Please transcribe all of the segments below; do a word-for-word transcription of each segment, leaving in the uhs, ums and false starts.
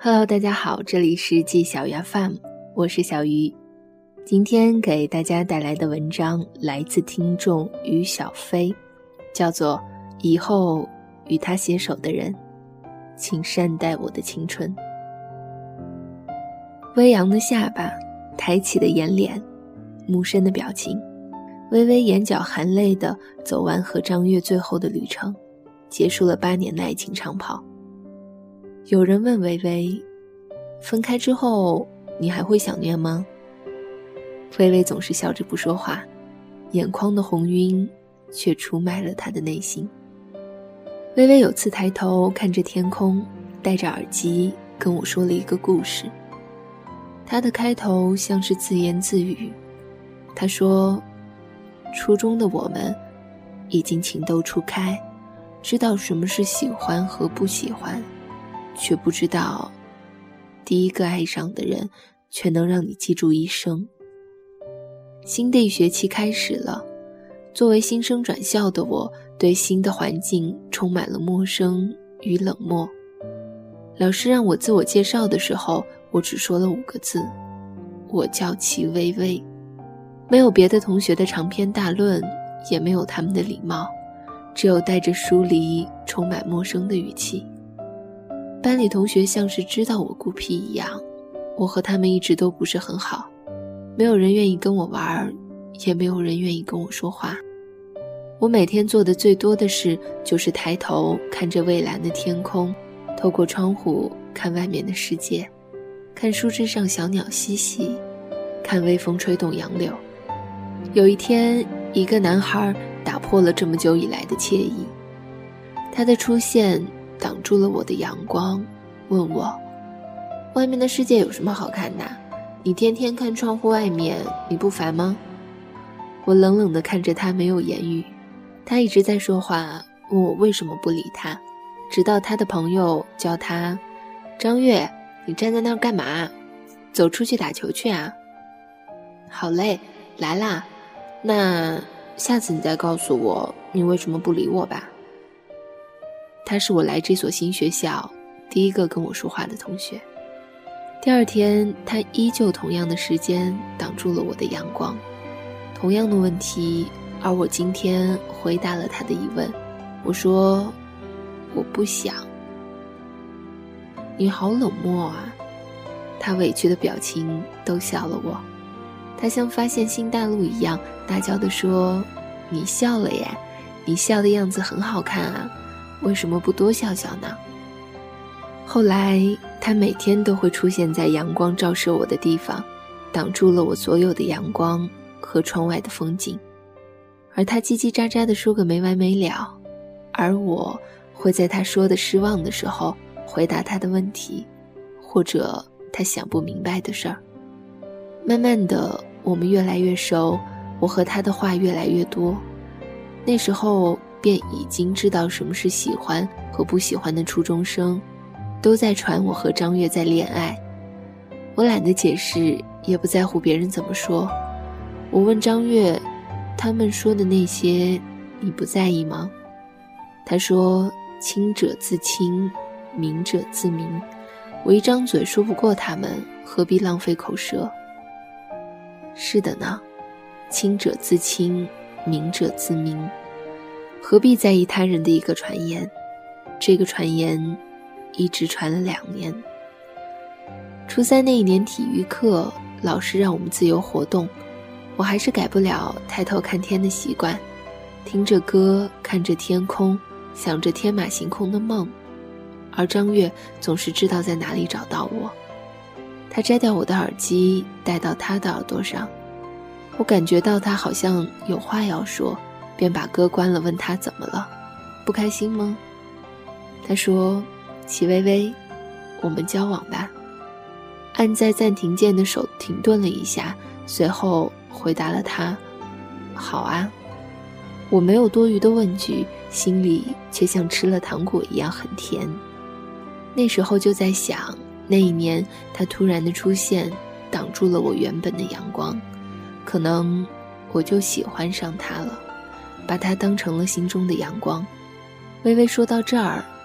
Hello， 大家好，这里是季小鱼 F M， 我是小鱼。今天给大家带来的文章来自听众于小飞，叫做《以后与他携手的人，请善待我的青春》。微扬的下巴，抬起的眼脸，木深的表情，微微眼角含泪地走完和张悦最后的旅程，结束了八年的爱情长跑。有人问微微，分开之后你还会想念吗？微微总是笑着不说话，眼眶的红晕却出卖了她的内心。微微有次抬头看着天空，戴着耳机跟我说了一个故事。她的开头像是自言自语，她说，初中的我们已经情窦初开，知道什么是喜欢和不喜欢，却不知道第一个爱上的人却能让你记住一生。新的一学期开始了，作为新生转校的我，对新的环境充满了陌生与冷漠。老师让我自我介绍的时候，我只说了五个字，我叫齐薇薇。没有别的同学的长篇大论，也没有他们的礼貌，只有带着疏离充满陌生的语气。班里同学像是知道我孤僻一样，我和他们一直都不是很好，没有人愿意跟我玩，也没有人愿意跟我说话。我每天做的最多的事就是抬头看着蔚蓝的天空，透过窗户看外面的世界，看树枝上小鸟嬉戏，看微风吹动杨柳。有一天，一个男孩打破了这么久以来的惬意，他的出现挡住了我的阳光，问我，外面的世界有什么好看的？你天天看窗户外面，你不烦吗？我冷冷地看着他，没有言语。他一直在说话，问我为什么不理他，直到他的朋友叫他，张悦，你站在那儿干嘛？走出去打球去啊。好嘞，来啦，那下次你再告诉我你为什么不理我吧。他是我来这所新学校第一个跟我说话的同学。第二天，他依旧同样的时间挡住了我的阳光，同样的问题，而我今天回答了他的疑问。我说，我不想。你好冷漠啊。他委屈的表情逗笑了我，他像发现新大陆一样大叫地说，你笑了耶，你笑的样子很好看啊，为什么不多笑笑呢？后来他每天都会出现在阳光照射我的地方，挡住了我所有的阳光和窗外的风景，而他叽叽喳喳地说个没完没了，而我会在他说的失望的时候回答他的问题，或者他想不明白的事儿。慢慢的，我们越来越熟，我和他的话越来越多，那时候便已经知道什么是喜欢和不喜欢的初中生都在传我和张悦在恋爱。我懒得解释，也不在乎别人怎么说。我问张悦，他们说的那些你不在意吗？他说，清者自清，明者自明，我一张嘴说不过他们，何必浪费口舌。是的呢，清者自清，明者自明，何必在意他人的一个传言？这个传言一直传了两年。初三那一年体育课，老师让我们自由活动，我还是改不了抬头看天的习惯，听着歌，看着天空，想着天马行空的梦。而张悦总是知道在哪里找到我，他摘掉我的耳机，戴到他的耳朵上，我感觉到他好像有话要说，便把歌关了，问他怎么了，不开心吗？他说，齐薇薇，我们交往吧。按在暂停键的手停顿了一下，随后回答了他，好啊。我没有多余的问句，心里却像吃了糖果一样很甜。那时候就在想，那一年他突然的出现，挡住了我原本的阳光，可能我就喜欢上他了，把他当成了心中的阳光。微微说到这儿，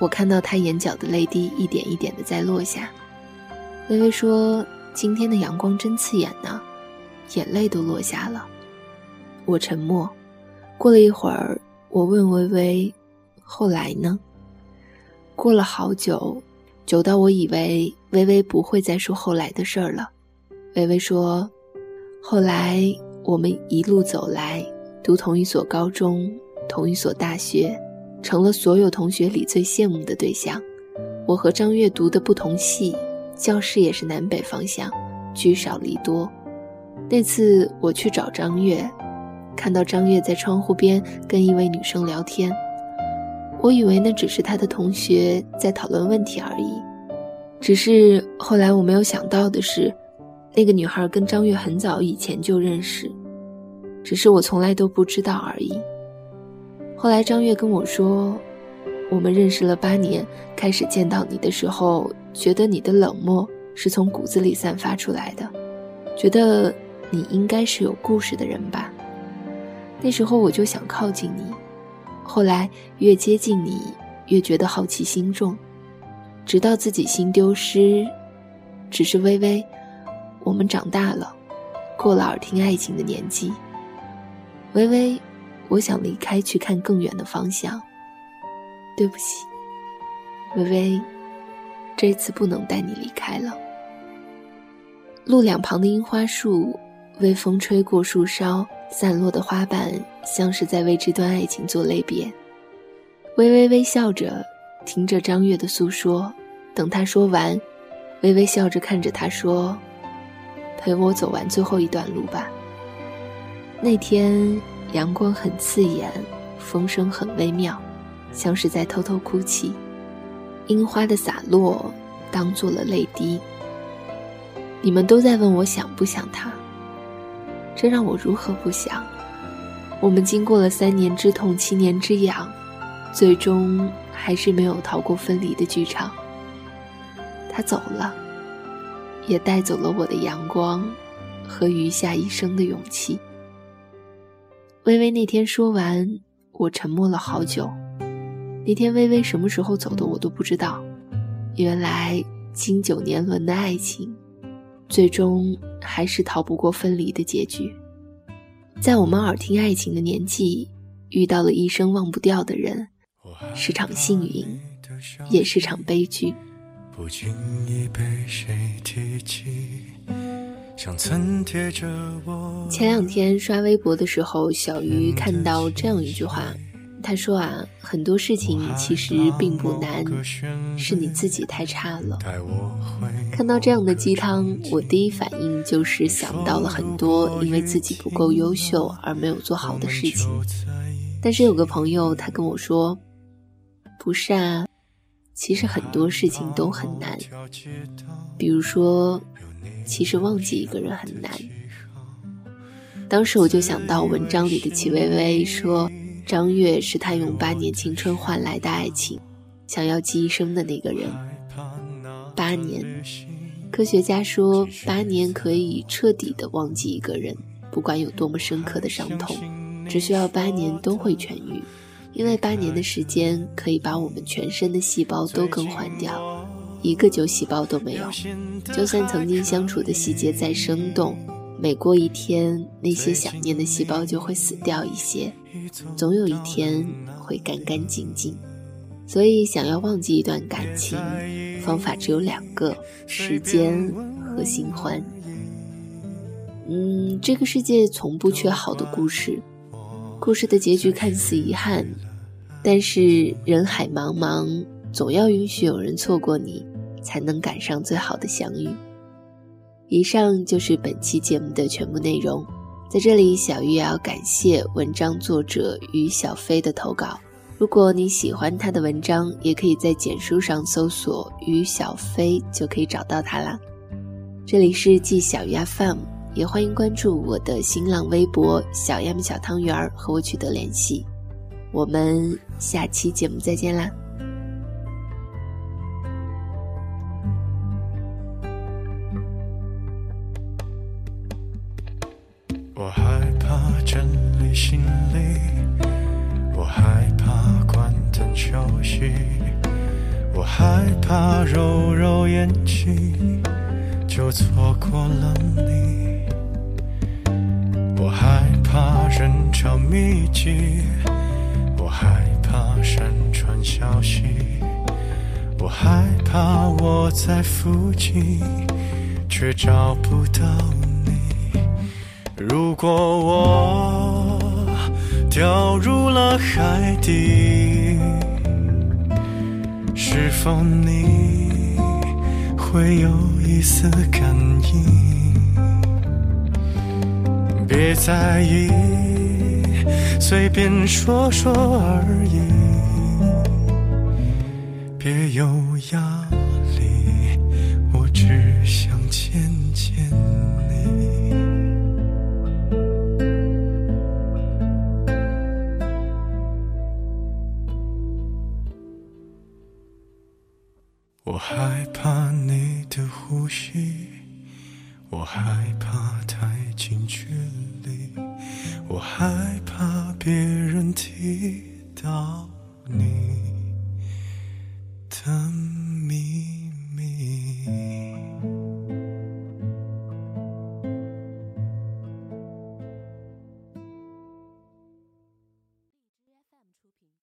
我看到他眼角的泪滴一点一点的在落下。微微说，今天的阳光真刺眼呢，眼泪都落下了。我沉默，过了一会儿，我问微微，后来呢？过了好久，久到我以为微微不会再说后来的事儿了。微微说，后来我们一路走来，读同一所高中，同一所大学，成了所有同学里最羡慕的对象。我和张悦读的不同系，教室也是南北方向，聚少离多。那次我去找张悦，看到张悦在窗户边跟一位女生聊天，我以为那只是他的同学在讨论问题而已。只是后来我没有想到的是，那个女孩跟张悦很早以前就认识，只是我从来都不知道而已。后来张悦跟我说，我们认识了八年，开始见到你的时候，觉得你的冷漠是从骨子里散发出来的，觉得你应该是有故事的人吧。那时候我就想靠近你，后来越接近你，越觉得好奇心重，直到自己心丢失。只是微微，我们长大了，过了耳听爱情的年纪。微微，我想离开，去看更远的方向。对不起，微微，这次不能带你离开了。路两旁的樱花树，微风吹过树梢，散落的花瓣像是在为这段爱情做类别。微微微笑着听着张悦的诉说，等他说完，微微笑着看着他说，陪我走完最后一段路吧。那天阳光很刺眼，风声很微妙，像是在偷偷哭泣。樱花的洒落当作了泪滴。你们都在问我想不想他，这让我如何不想。我们经过了三年之痛，七年之痒，最终还是没有逃过分离的剧场。他走了，也带走了我的阳光和余下一生的勇气。微微那天说完，我沉默了好久。那天微微什么时候走的我都不知道。原来经久年轮的爱情，最终还是逃不过分离的结局。在我们耳听爱情的年纪，遇到了一生忘不掉的人，是场幸运，也是场悲剧。 不经意被谁提起，像曾贴着我。 前两天刷微博的时候，小鱼看到这样一句话，他说啊，很多事情其实并不难，是你自己太差了。看到这样的鸡汤，我第一反应就是想到了很多因为自己不够优秀而没有做好的事情。但是有个朋友他跟我说，不是啊，其实很多事情都很难。比如说，其实忘记一个人很难。当时我就想到文章里的齐薇薇说，张悦是他用八年青春换来的爱情，想要记一生的那个人。八年，科学家说八年可以彻底的忘记一个人，不管有多么深刻的伤痛，只需要八年都会痊愈。因为八年的时间可以把我们全身的细胞都更换掉，一个旧细胞都没有。就算曾经相处的细节再生动，每过一天，那些想念的细胞就会死掉一些，总有一天会干干净净。所以想要忘记一段感情，方法只有两个，时间和新欢。嗯，这个世界从不缺好的故事，故事的结局看似遗憾，但是人海茫茫，总要允许有人错过你，才能赶上最好的相遇。以上就是本期节目的全部内容。在这里，小鱼也要感谢文章作者于小飞的投稿。如果你喜欢他的文章，也可以在简书上搜索于小飞就可以找到他啦。这里是季小鱼 F M， 也欢迎关注我的新浪微博小鸭米小汤圆和我取得联系。我们下期节目再见啦。 我害怕整理行李，我害怕关灯休息， 怕揉揉眼睛就错过了你，我害怕人潮密集，我害怕山川消息，我害怕我在附近却找不到你。如果我掉入了海底，是否你会有一丝感应？别在意，随便说说而已，别有压力，我只想见见你。我害怕你的呼吸，我害怕太近距离，我害怕别人提到你的名